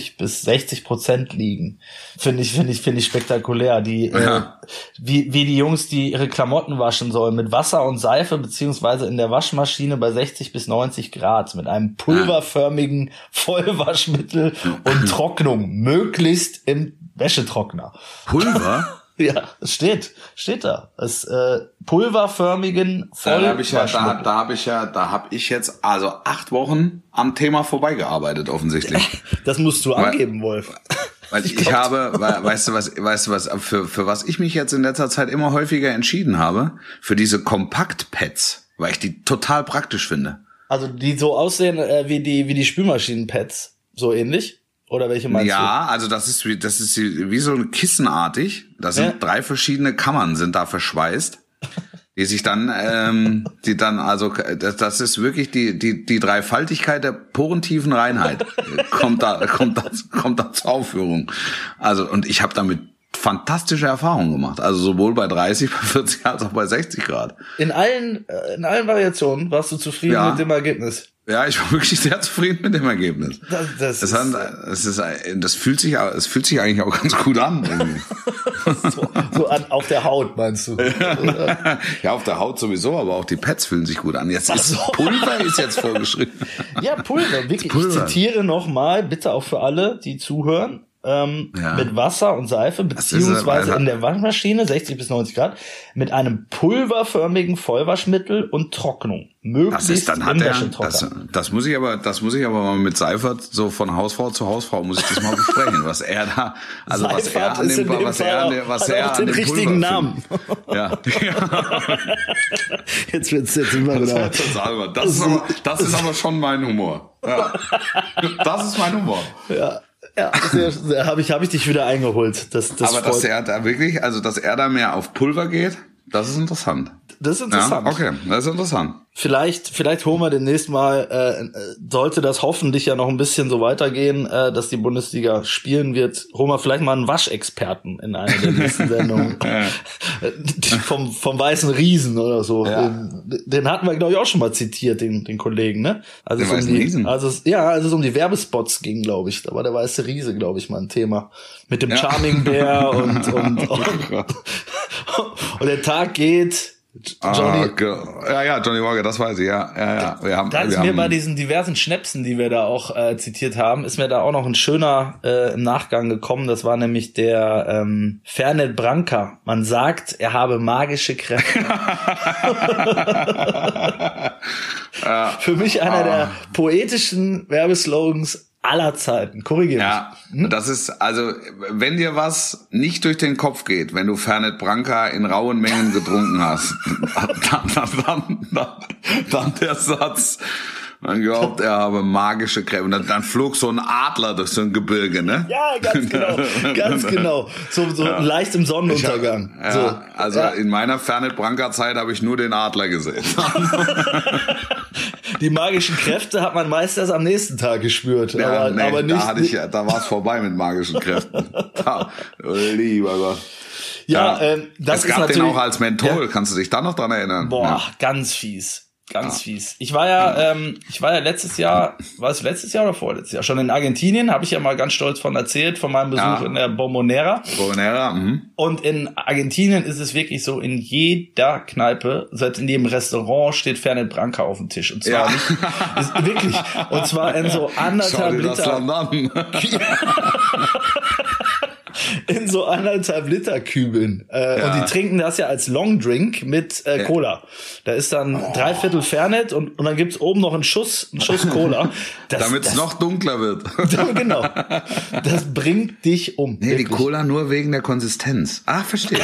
Speaker 2: 50-60% liegen. Finde ich spektakulär. Wie die Jungs, die ihre Klamotten waschen sollen, mit Wasser und Seife beziehungsweise in der Waschmaschine bei 60-90 Grad mit einem pulverförmigen Vollwaschmittel und Trocknung, möglichst im Wäschetrockner.
Speaker 1: Pulver?
Speaker 2: Ja, es steht da. Das pulverförmigen Vollwaschmittel.
Speaker 1: Da habe ich jetzt also 8 Wochen am Thema vorbeigearbeitet, offensichtlich.
Speaker 2: Das musst du angeben, Wolf.
Speaker 1: Weil ich habe, weißt du was, für was ich mich jetzt in letzter Zeit immer häufiger entschieden habe? Für diese Kompaktpads, weil ich die total praktisch finde.
Speaker 2: Also die so aussehen wie die Spülmaschinenpads, so ähnlich? Oder welche meinst du?
Speaker 1: Ja, also das ist wie so ein Kissenartig. Da sind 3 verschiedene Kammern sind da verschweißt, die sich dann, das ist wirklich die Dreifaltigkeit der porentiefen Reinheit kommt da zur Aufführung. Also, und ich habe damit fantastische Erfahrungen gemacht. Also sowohl bei 30, bei 40 als auch bei 60 Grad.
Speaker 2: In allen Variationen warst du zufrieden mit dem Ergebnis?
Speaker 1: Ja, ich war wirklich sehr zufrieden mit dem Ergebnis. Das fühlt sich eigentlich auch ganz gut an.
Speaker 2: Auf der Haut, meinst du?
Speaker 1: Ja, auf der Haut sowieso, aber auch die Pads fühlen sich gut an. Pulver ist jetzt vorgeschrieben.
Speaker 2: Ja, Pulver, wirklich. Pulver. Ich zitiere nochmal, bitte auch für alle, die zuhören. Mit Wasser und Seife, beziehungsweise in der Waschmaschine, 60-90 Grad, mit einem pulverförmigen Vollwaschmittel und Trocknung. Möglichst im Wäschetrockner.
Speaker 1: Das muss ich aber mal mit Seifert, so von Hausfrau zu Hausfrau, muss ich das mal besprechen, was er da, also
Speaker 2: Seifert was er an dem richtigen Namen.
Speaker 1: Ja.
Speaker 2: Jetzt sind wir wieder.
Speaker 1: Das ist aber schon mein Humor. Ja. Das ist mein Humor.
Speaker 2: Ja. Ja, habe ich dich wieder eingeholt.
Speaker 1: Aber dass er da wirklich, also dass er da mehr auf Pulver geht, das ist interessant.
Speaker 2: Das ist interessant.
Speaker 1: Ja, okay, das ist interessant.
Speaker 2: Vielleicht holen wir demnächst mal, sollte das hoffentlich ja noch ein bisschen so weitergehen, dass die Bundesliga spielen wird, holen wir vielleicht mal einen Waschexperten in einer der nächsten Sendungen. vom Weißen Riesen oder so. Ja. Den hatten wir, glaube ich, auch schon mal zitiert, den Kollegen, ne? Also
Speaker 1: den Weißen Riesen?
Speaker 2: Also es um die Werbespots ging, glaube ich. Da war der Weiße Riese, glaube ich, mal ein Thema. Mit dem Charming Bär und der Tag geht.
Speaker 1: Johnny Walker, das weiß ich, ja.
Speaker 2: Mir bei diesen diversen Schnäpsen, die wir da auch zitiert haben, ist mir da auch noch ein schöner im Nachgang gekommen. Das war nämlich der Fernet Branca. Man sagt, er habe magische Kräfte. Für mich einer der poetischen Werbeslogans aller Zeiten. Korrigiert.
Speaker 1: Ja, das ist, also, wenn dir was nicht durch den Kopf geht, wenn du Fernet Branca in rauen Mengen getrunken hast, dann der Satz, man glaubt, er habe magische Kräfte. Und dann flog so ein Adler durch so ein Gebirge, ne?
Speaker 2: Ja, ganz genau. So leicht im Sonnenuntergang.
Speaker 1: In meiner Fernet Branca Zeit habe ich nur den Adler gesehen.
Speaker 2: Die magischen Kräfte hat man meist erst am nächsten Tag gespürt.
Speaker 1: Ja,
Speaker 2: aber nicht.
Speaker 1: Da war es vorbei mit magischen Kräften. Lieber Gott.
Speaker 2: Ja, das
Speaker 1: es gab den auch als Menthol. Ja. Kannst du dich da noch dran erinnern?
Speaker 2: Boah, ganz fies. Ganz fies. Ich war ja letztes Jahr, war es letztes Jahr oder vorletztes Jahr? Schon in Argentinien, habe ich ja mal ganz stolz von erzählt, von meinem Besuch in der Bombonera. Und in Argentinien ist es wirklich so, in jeder Kneipe, selbst in jedem Restaurant steht Fernet Branca auf dem Tisch. Und zwar nicht, ist wirklich, und zwar in so 1,5 Liter.
Speaker 1: Das Land an.
Speaker 2: In so 1,5 Liter Kübeln. Und die trinken das ja als Longdrink mit Cola. Da ist dann 3/4 Fernet und dann gibt's oben noch einen Schuss Cola.
Speaker 1: Damit es noch dunkler wird.
Speaker 2: Genau. Das bringt dich um.
Speaker 1: Nee, wirklich. Die Cola nur wegen der Konsistenz. Ah, verstehe.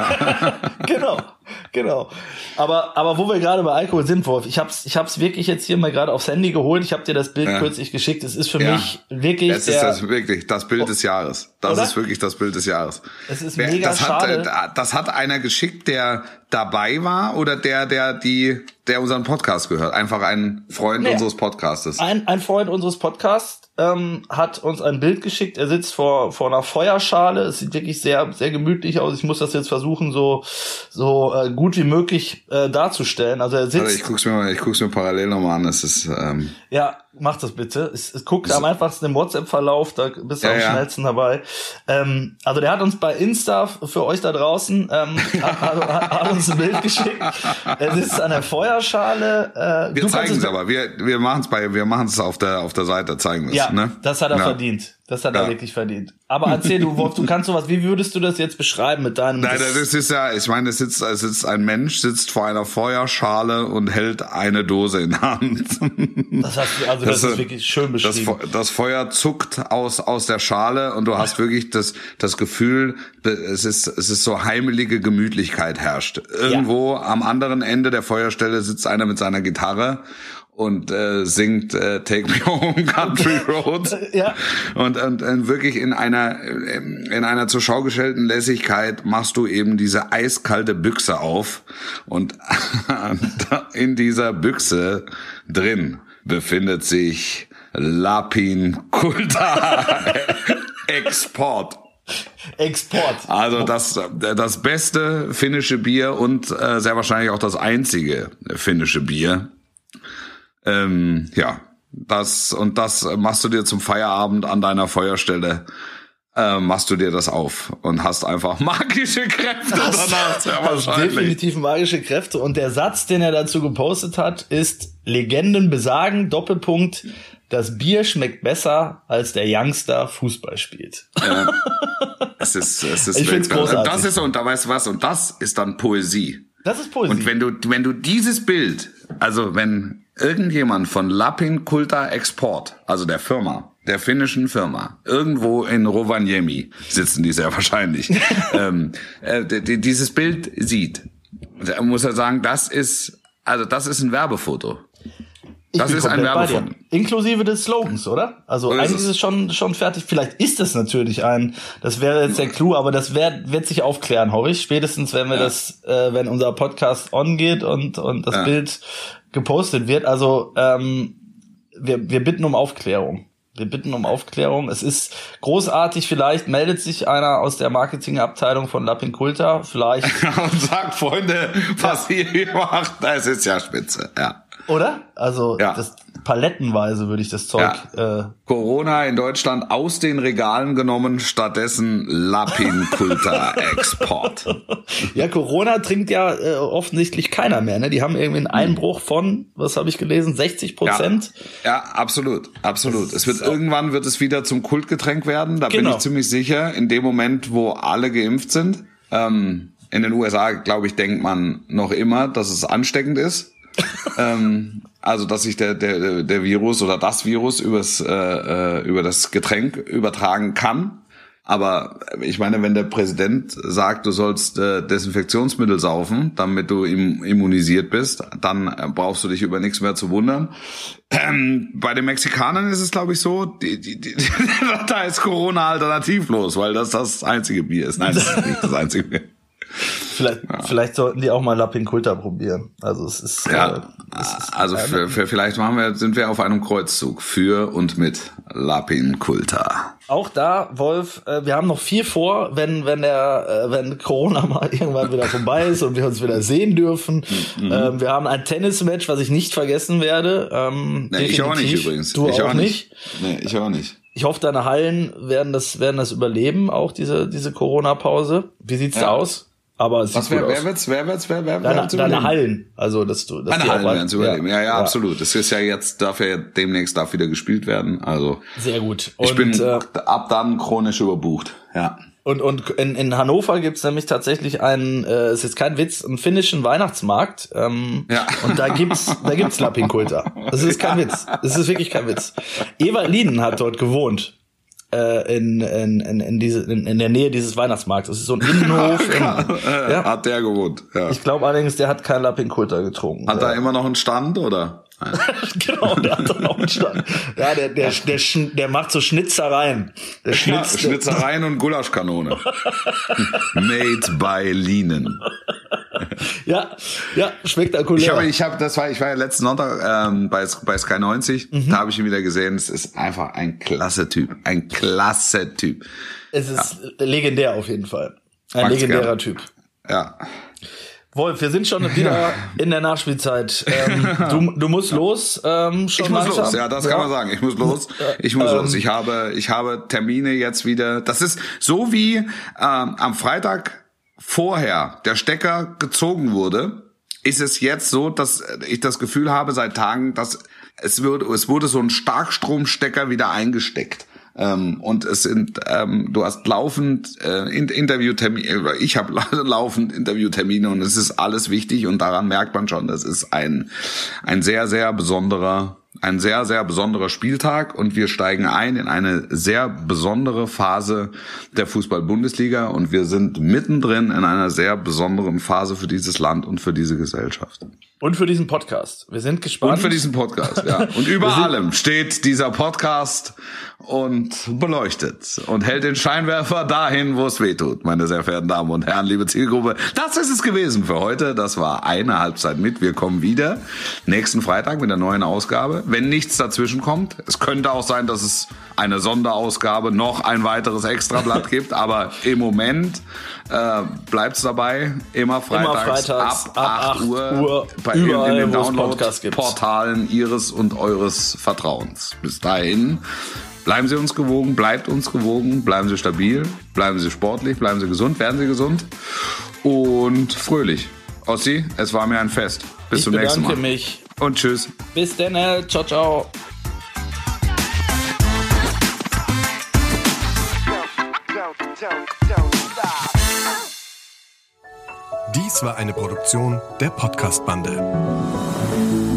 Speaker 2: Genau. Aber wo wir gerade bei Alkohol sind, Wolf, ich hab's wirklich jetzt hier mal gerade aufs Handy geholt. Ich habe dir das Bild kürzlich geschickt. Es ist für mich wirklich
Speaker 1: das Bild des Jahres. Das ist wirklich das Bild des Jahres.
Speaker 2: Es ist mega schade.
Speaker 1: Das hat einer geschickt, der dabei war oder der unseren Podcast gehört. Einfach ein Freund unseres Podcastes.
Speaker 2: Ein Freund unseres Podcasts hat uns ein Bild geschickt. Er sitzt vor einer Feuerschale. Es sieht wirklich sehr, sehr gemütlich aus. Ich muss das jetzt versuchen, so gut wie möglich darzustellen. Also er sitzt.
Speaker 1: Also ich guck's mir parallel nochmal an. Es ist
Speaker 2: ja, mach das bitte. Es guckt am einfachsten im WhatsApp-Verlauf, da bist du am schnellsten dabei. Also der hat uns bei Insta für euch da draußen hat uns ein Bild geschickt. Er sitzt an der Feuerschale.
Speaker 1: Wir zeigen es aber. Wir machen es auf der Seite, zeigen wir es.
Speaker 2: Ja, ne? Das hat er verdient. Das hat er wirklich verdient. Aber erzähl du, Wolf, du kannst sowas, wie würdest du das jetzt beschreiben mit deinem...
Speaker 1: Nein, das ist ja, ich meine, es sitzt ein Mensch, sitzt vor einer Feuerschale und hält eine Dose in der Hand.
Speaker 2: Das ist wirklich schön beschrieben.
Speaker 1: Das Feuer zuckt aus der Schale und du hast wirklich das Gefühl, es ist so heimelige Gemütlichkeit herrscht. Irgendwo am anderen Ende der Feuerstelle sitzt einer mit seiner Gitarre und singt Take Me Home Country Road.
Speaker 2: Ja.
Speaker 1: Und wirklich in einer zur Schau gestellten Lässigkeit machst du eben diese eiskalte Büchse auf und in dieser Büchse drin befindet sich Lapin Kulta Export. Also das beste finnische Bier und sehr wahrscheinlich auch das einzige finnische Bier. Das machst du dir zum Feierabend an deiner Feuerstelle, machst du dir das auf und hast einfach magische Kräfte danach. Sehr wahrscheinlich.
Speaker 2: Definitiv magische Kräfte. Und der Satz, den er dazu gepostet hat, ist: Legenden besagen, Doppelpunkt, das Bier schmeckt besser, als der Youngster Fußball spielt.
Speaker 1: Ja. Es ist
Speaker 2: ich find's großartig.
Speaker 1: Und das ist dann Poesie.
Speaker 2: Das ist Poesie.
Speaker 1: Und wenn du dieses Bild, also wenn irgendjemand von Lapin Kulta Export, also der finnischen Firma, irgendwo in Rovaniemi sitzen die sehr wahrscheinlich, dieses Bild sieht, muss er sagen, das ist ein Werbefoto. Das ist ein Werbefond.
Speaker 2: Inklusive des Slogans, oder? Also eigentlich ist es schon fertig. Vielleicht ist das natürlich das wäre jetzt der Clou, aber das wird sich aufklären, hoffe ich. Spätestens, wenn wir wenn unser Podcast on geht und das Bild gepostet wird. Also, wir bitten um Aufklärung. Es ist großartig, vielleicht meldet sich einer aus der Marketingabteilung von La Pinculta, vielleicht.
Speaker 1: Und sagt, Freunde, was ihr hier macht, das ist ja spitze, ja.
Speaker 2: Oder? Also das palettenweise würde ich das Zeug.
Speaker 1: Ja. Corona in Deutschland aus den Regalen genommen, stattdessen La Pinculta Export.
Speaker 2: Ja, Corona trinkt ja offensichtlich keiner mehr. Ne? Die haben irgendwie einen Einbruch von, was habe ich gelesen, 60%.
Speaker 1: Ja, absolut. Irgendwann wird es wieder zum Kultgetränk werden. Da bin ich ziemlich sicher. In dem Moment, wo alle geimpft sind. In den USA, glaube ich, denkt man noch immer, dass es ansteckend ist. Also, dass sich der Virus oder das Virus über das Getränk übertragen kann. Aber ich meine, wenn der Präsident sagt, du sollst Desinfektionsmittel saufen, damit du immunisiert bist, dann brauchst du dich über nichts mehr zu wundern. Bei den Mexikanern ist es, glaube ich, so, da ist Corona alternativlos, weil das einzige Bier ist. Nein, das ist nicht das einzige Bier.
Speaker 2: Vielleicht sollten die auch mal La Pinculta probieren. Also es ist
Speaker 1: vielleicht sind wir auf einem Kreuzzug für und mit La Pinculta.
Speaker 2: Auch da, Wolf, wir haben noch viel vor, wenn Corona mal irgendwann wieder vorbei ist und wir uns wieder sehen dürfen. Wir haben ein Tennismatch, was ich nicht vergessen werde.
Speaker 1: Ich auch nicht übrigens.
Speaker 2: Du auch nicht?
Speaker 1: Nee, ich auch nicht.
Speaker 2: Ich hoffe, deine Hallen werden das überleben, auch diese Corona-Pause. Wie sieht's da aus? Aber es sieht gut aus. Wer wird's deine Hallen. Also,
Speaker 1: meine Hallen werden es überleben. Ja, absolut. Es ist ja jetzt, demnächst darf wieder gespielt werden. Also.
Speaker 2: Sehr gut.
Speaker 1: Ich bin ab dann chronisch überbucht. Ja.
Speaker 2: Und in Hannover gibt's nämlich tatsächlich ist jetzt kein Witz, einen finnischen Weihnachtsmarkt. Und da gibt's La Pinculta. Das ist kein Witz. Das ist wirklich kein Witz. Ewald Lienen hat dort gewohnt. In der Nähe dieses Weihnachtsmarkts. Das ist so ein Innenhof.
Speaker 1: Hat der gewohnt. Ja.
Speaker 2: Ich glaube allerdings, der hat kein La Pinculta getrunken.
Speaker 1: Hat da immer noch einen Stand, oder?
Speaker 2: Genau, der hat doch noch einen Stand. Ja, der macht so Schnitzereien.
Speaker 1: Schnitzereien und Gulaschkanone. Made by Lienen.
Speaker 2: Ja, spektakulär.
Speaker 1: Ich war ja letzten Sonntag bei Sky 90, da habe ich ihn wieder gesehen. Es ist einfach ein klasse Typ.
Speaker 2: Es ist legendär auf jeden Fall. Ein legendärer Typ.
Speaker 1: Ja.
Speaker 2: Wolf, wir sind schon wieder in der Nachspielzeit. Du musst los.
Speaker 1: Ich muss los, ja, das kann man sagen. Ich muss los. Ich habe Termine jetzt wieder. Das ist so wie am Freitag vorher der Stecker gezogen wurde, ist es jetzt so, dass ich das Gefühl habe seit Tagen, dass es wurde so ein Starkstromstecker wieder eingesteckt. Und es sind, du hast laufend Interviewtermine, ich habe laufend Interviewtermine und es ist alles wichtig und daran merkt man schon, das ist ein sehr, sehr besonderer Spieltag und wir steigen ein in eine sehr besondere Phase der Fußball-Bundesliga und wir sind mittendrin in einer sehr besonderen Phase für dieses Land und für diese Gesellschaft.
Speaker 2: Und für diesen Podcast. Wir sind gespannt.
Speaker 1: Und für diesen Podcast, ja. Und über allem steht dieser Podcast und beleuchtet und hält den Scheinwerfer dahin, wo es weh tut, meine sehr verehrten Damen und Herren, liebe Zielgruppe. Das ist es gewesen für heute. Das war eine Halbzeit mit. Wir kommen wieder nächsten Freitag mit der neuen Ausgabe. Wenn nichts dazwischen kommt, es könnte auch sein, dass es eine Sonderausgabe, noch ein weiteres Extrablatt gibt, aber im Moment bleibt's dabei, immer freitags ab 8 Uhr bei in den Download-Portalen Ihres und Eures Vertrauens. Bis dahin, bleiben Sie uns gewogen, bleibt uns gewogen, bleiben Sie stabil, bleiben Sie sportlich, bleiben Sie gesund, werden Sie gesund und fröhlich. Ossi, es war mir ein Fest. Bis zum nächsten Mal.
Speaker 2: Ich bedanke mich.
Speaker 1: Und tschüss.
Speaker 2: Bis dann, ciao, ciao.
Speaker 3: Dies war eine Produktion der Podcast-Bande.